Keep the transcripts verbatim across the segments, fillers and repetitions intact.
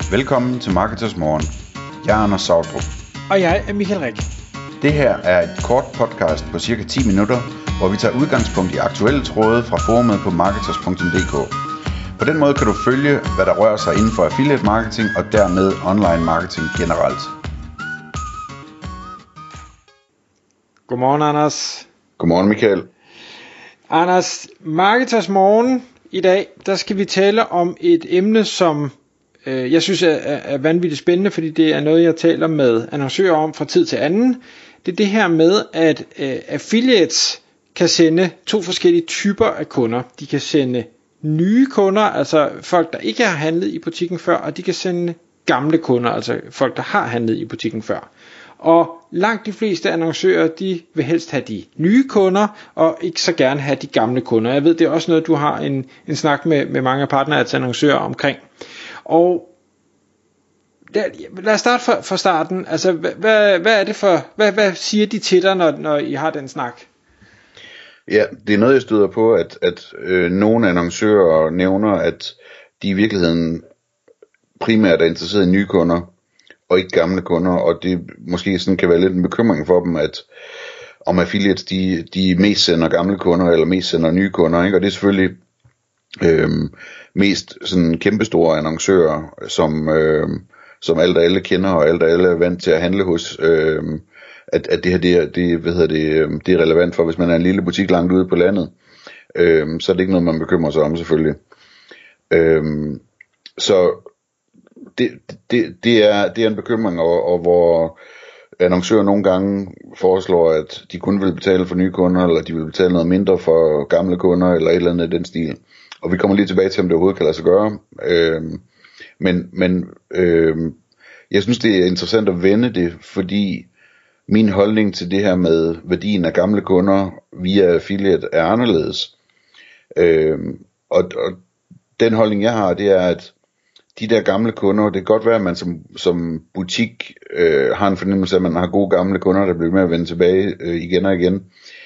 Velkommen til Marketers Morgen. Jeg er Anders Sautrup. Og jeg er Michael Rik. Det her er et kort podcast på cirka ti minutter, hvor vi tager udgangspunkt i aktuelle tråde fra forumet på marketers punktum d k. På den måde kan du følge, hvad der rører sig inden for affiliate marketing og dermed online marketing generelt. Godmorgen, Anders. Godmorgen, Michael. Anders, Marketers Morgen i dag, der skal vi tale om et emne, som øh, jeg synes er, er vanvittigt spændende, fordi det er noget, jeg taler med annoncører om fra tid til anden. Det er det her med, at øh, affiliates kan sende to forskellige typer af kunder. De kan sende nye kunder, altså folk, der ikke har handlet i butikken før, og de kan sende gamle kunder, altså folk, der har handlet i butikken før. Og langt de fleste annoncører, de vil helst have de nye kunder, og ikke så gerne have de gamle kunder. Jeg ved, det er også noget, du har en, en snak med, med mange partnere til annoncører omkring. Og der, lad os starte fra, fra starten. Altså, hvad, hvad er det for, hvad, hvad siger de til dig, når, når I har den snak? Ja, det er noget, jeg støder på, at, at øh, nogle annoncører nævner, at de i virkeligheden primært er interesseret i nye kunder, og ikke gamle kunder, og det måske sådan kan være lidt en bekymring for dem, at om affiliates, de, de mest sender gamle kunder, eller mest sender nye kunder, ikke? Og det er selvfølgelig øh, mest sådan kæmpestore annoncører, som, øh, som alt og alle kender, og alt og alle er vant til at handle hos, øh, at, at det her, det er, det, hvad hedder det, det er relevant for, hvis man er en lille butik langt ude på landet, øh, så er det ikke noget, man bekymrer sig om selvfølgelig. Øh, så Det, det, det, er, det er en bekymring, og, og hvor annoncører nogle gange foreslår, at de kun vil betale for nye kunder, eller de vil betale noget mindre for gamle kunder, eller et eller andet i den stil. Og vi kommer lige tilbage til, om det overhovedet kan lade sig gøre. Øhm, men men øhm, jeg synes, det er interessant at vende det, fordi min holdning til det her med værdien af gamle kunder via affiliate er anderledes. Øhm, og, og den holdning, jeg har, det er, at de der gamle kunder, det kan godt være, at man som, som butik øh, har en fornemmelse af, at man har gode gamle kunder, der bliver med at vende tilbage øh, igen og igen.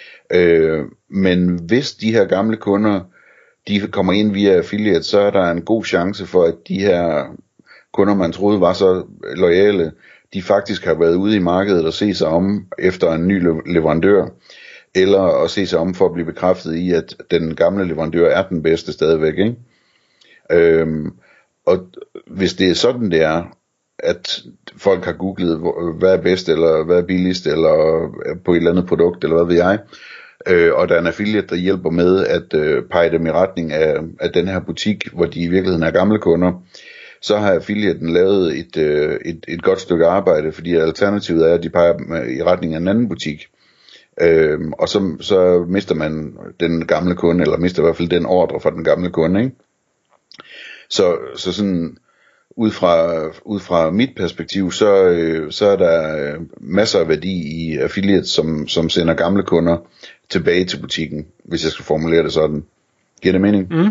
Øh, men hvis de her gamle kunder, de kommer ind via affiliate, så er der en god chance for, at de her kunder, man troede var så loyale, de faktisk har været ude i markedet og se sig om efter en ny leverandør, eller at se sig om for at blive bekræftet i, at den gamle leverandør er den bedste stadigvæk, ikke? Øh, Og hvis det er sådan det er, at folk har googlet, hvad er bedst, eller hvad er billigst, eller på et eller andet produkt, eller hvad ved jeg, øh, og der er en affiliate, der hjælper med at øh, pege dem i retning af, af den her butik, hvor de i virkeligheden er gamle kunder, så har affiliaten lavet et, øh, et, et godt stykke arbejde, fordi alternativet er, at de peger dem i retning af en anden butik. Øh, og så, så mister man den gamle kunde, eller mister i hvert fald den ordre fra den gamle kunde, ikke? Så, så sådan ud fra, ud fra mit perspektiv, så, øh, så er der øh, masser af værdi i affiliates, som, som sender gamle kunder tilbage til butikken, hvis jeg skal formulere det sådan. Giver det mening? Mm.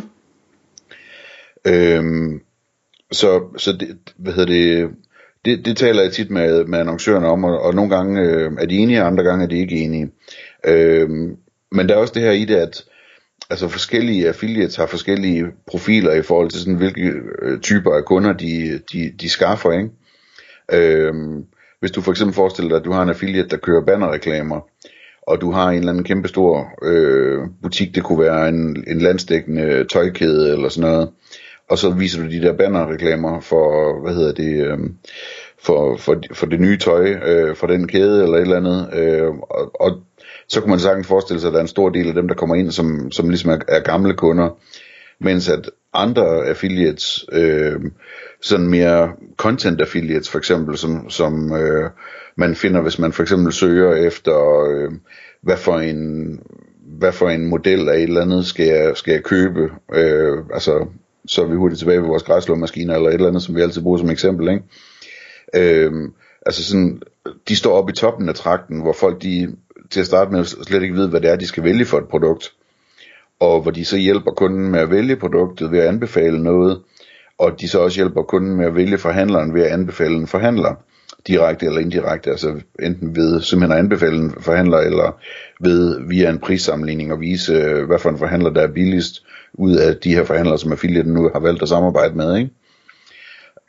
Øhm, så så det, hvad hedder det, det, det taler jeg tit med, med annoncørerne om, og, og nogle gange øh, er de enige, og andre gange er de ikke enige. Øhm, men der er også det her i det, at altså forskellige affiliates har forskellige profiler i forhold til sådan, hvilke øh, typer af kunder de, de, de skaffer, ikke? Øhm, hvis du for eksempel forestiller dig, at du har en affiliate, der kører bannerreklamer, og du har en eller anden kæmpe stor øh, butik, det kunne være en, en landsdækkende tøjkæde eller sådan noget, og så viser du de der bannerreklamer for, hvad hedder det, øh, for, for, for det nye tøj, øh, for den kæde eller et eller andet, øh, og, og så kunne man sagtens forestille sig, at der er en stor del af dem, der kommer ind, som, som ligesom er, er gamle kunder, mens at andre affiliates, øh, sådan mere content affiliates for eksempel, som, som øh, man finder, hvis man for eksempel søger efter, øh, hvad for en hvad for en model af et eller andet skal jeg, skal jeg købe, øh, altså så er vi hurtigt tilbage ved vores græsslåmaskiner, eller et eller andet, som vi altid bruger som eksempel, ikke? Øh, altså sådan, de står oppe i toppen af trakten, hvor folk de til at starte med slet ikke ved, hvad det er, de skal vælge for et produkt, og hvor de så hjælper kunden med at vælge produktet ved at anbefale noget, og de så også hjælper kunden med at vælge forhandleren ved at anbefale en forhandler, direkte eller indirekte, altså enten ved simpelthen at anbefale en forhandler, eller ved via en prissammenligning og vise, hvad for en forhandler, der er billigst ud af de her forhandlere, som affiliaten nu har valgt at samarbejde med, ikke?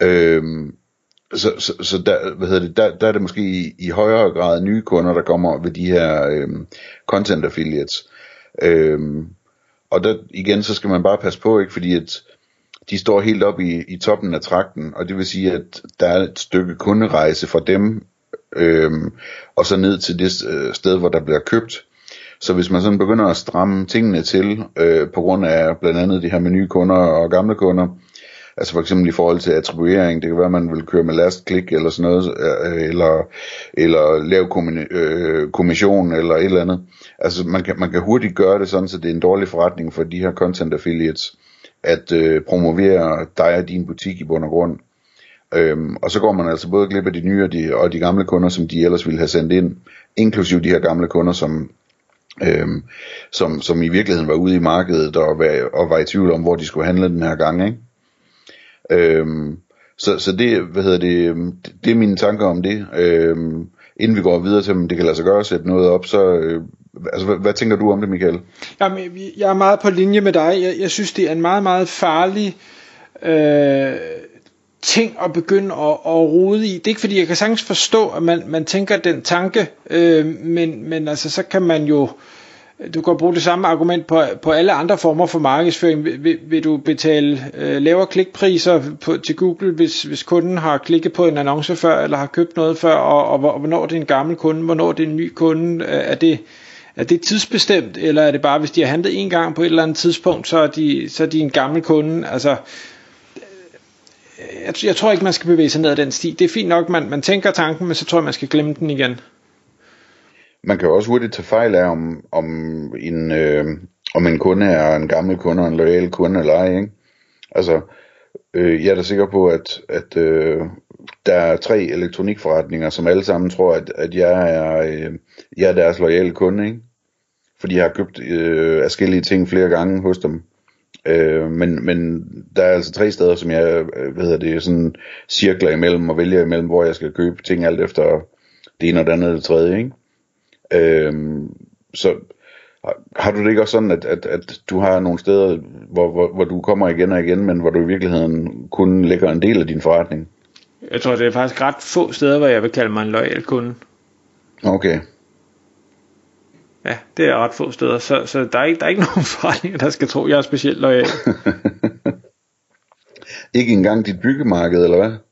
Øhm, så så, så der, hvad hedder det, der, der er det måske i, i højere grad nye kunder, der kommer ved de her øhm, content affiliates. Øhm, og der igen, så skal man bare passe på, ikke, fordi at de står helt op i, i toppen af trakten, og det vil sige, at der er et stykke kunderejse fra dem, øhm, og så ned til det øh, sted, hvor der bliver købt. Så hvis man sådan begynder at stramme tingene til, øh, på grund af blandt andet de her med nye kunder og gamle kunder, altså for eksempel i forhold til attribuering, det kan være, at man vil køre med last click eller sådan noget, øh, eller, eller lave øh, kommission eller et eller andet. Altså man kan, man kan hurtigt gøre det sådan, så det er en dårlig forretning for de her content affiliates, at øh, promovere dig og din butik i bund og grund. Øhm, og så går man altså både glip af de nye og de, og de gamle kunder, som de ellers ville have sendt ind, inklusive de her gamle kunder, som, øhm, som, som i virkeligheden var ude i markedet og var, og var i tvivl om, hvor de skulle handle den her gang, ikke? Øhm, så, så det, hvad hedder det, det er mine tanker om det. Øhm, inden vi går videre til, om det kan lade sig gøre at sætte noget op, så øh, altså, hvad, hvad tænker du om det, Michael? Jamen, jeg er meget på linje med dig. Jeg, jeg synes, det er en meget, meget farlig øh, ting at begynde at, at rode i. Det er ikke fordi, jeg kan sagtens forstå, at man, man tænker den tanke, øh, men, men altså, så kan man jo, du kan bruge det samme argument på, på alle andre former for markedsføring. Vil, vil du betale øh, lavere klikpriser på, til Google, hvis, hvis kunden har klikket på en annonce før, eller har købt noget før, og, og, og hvornår det er en gammel kunde, hvornår det er en ny kunde, er det, er det tidsbestemt, eller er det bare, hvis de har handlet en gang på et eller andet tidspunkt, så er de, så er de en gammel kunde? Altså, jeg, jeg tror ikke, man skal bevæge sig ned ad den sti. Det er fint nok, man, man tænker tanken, men så tror jeg, man skal glemme den igen. Man kan jo også hurtigt tage fejl af, om, om, en, øh, om en kunde er en gammel kunde og en loyal kunde eller ej, ikke? Altså, øh, jeg er da sikker på, at, at øh, der er tre elektronikforretninger, som alle sammen tror, at, at jeg, er, øh, jeg er deres loyale kunde, ikke? Fordi jeg har købt øh, forskellige ting flere gange hos dem. Øh, men, men der er altså tre steder, som jeg hvad hedder det, sådan cirkler imellem og vælger imellem, hvor jeg skal købe ting alt efter det ene og det andet og det tredje, ikke? Øhm, så har du det ikke også sådan, at, at, at du har nogle steder, hvor, hvor, hvor du kommer igen og igen, men hvor du i virkeligheden kun lægger en del af din forretning? Jeg tror, det er faktisk ret få steder, hvor jeg vil kalde mig en loyal kunde. Okay. Ja, det er ret få steder, så, så der, er ikke, der er ikke nogen forretninger, der skal tro, jeg er specielt loyal. Ikke engang dit byggemarked, eller hvad?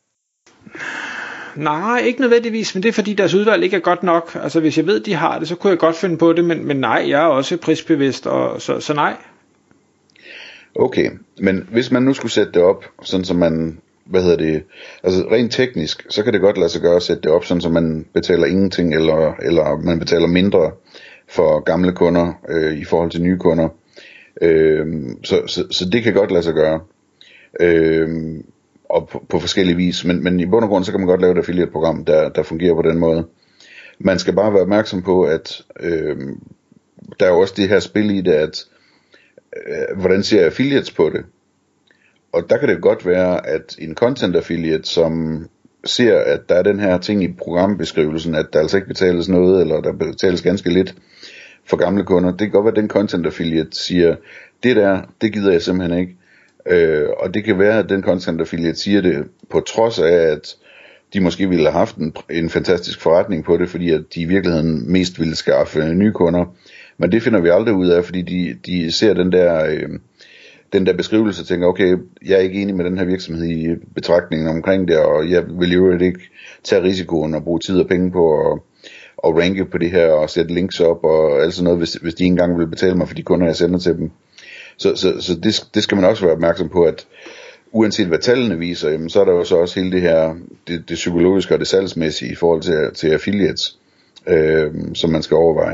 Nej, ikke nødvendigvis, men det er fordi deres udvalg ikke er godt nok. Altså hvis jeg ved, de har det, så kunne jeg godt finde på det, men, men nej, jeg er også prisbevidst, og så, så nej. Okay, men hvis man nu skulle sætte det op, sådan som man, hvad hedder det, altså rent teknisk, så kan det godt lade sig gøre at sætte det op, sådan som man betaler ingenting, eller, eller man betaler mindre for gamle kunder øh, i forhold til nye kunder. Øh, så, så, så det kan godt lade sig gøre. Øh, og på, på forskellige vis, men, men i bund og grund, så kan man godt lave et affiliate-program, der, der fungerer på den måde. Man skal bare være opmærksom på, at øh, der er jo også det her spil i det, at øh, hvordan ser affiliates på det? Og der kan det godt være, at en content affiliate, som ser, at der er den her ting i programbeskrivelsen, at der altså ikke betales noget, eller der betales ganske lidt for gamle kunder, det kan godt være, at den content affiliate siger, det der, det gider jeg simpelthen ikke. Øh, og det kan være, at den content affiliate siger det på trods af, at de måske ville have haft en, en fantastisk forretning på det, fordi at de i virkeligheden mest ville skaffe nye kunder. Men det finder vi aldrig ud af, fordi de, de ser den der, øh, den der beskrivelse og tænker, okay, jeg er ikke enig med den her virksomhed i betragtningen omkring det, og jeg vil jo ikke tage risikoen og bruge tid og penge på at, at ranke på det her og sætte links op og alt sådan noget, hvis, hvis de ikke engang vil betale mig for de kunder, jeg sender til dem. Så, så, så det, det skal man også være opmærksom på, at uanset hvad tallene viser, jamen, så er der jo så også hele det her, det, det psykologiske og det salgsmæssige i forhold til, til affiliates, øh, som man skal overveje.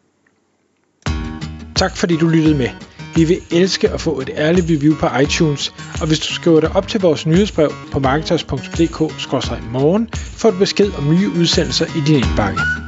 Tak fordi du lyttede med. Vi vil elske at få et ærligt review på iTunes, og hvis du skriver dig op til vores nyhedsbrev på marketers punktum d k skråstreg morgen, får du besked om nye udsendelser i din indbakke.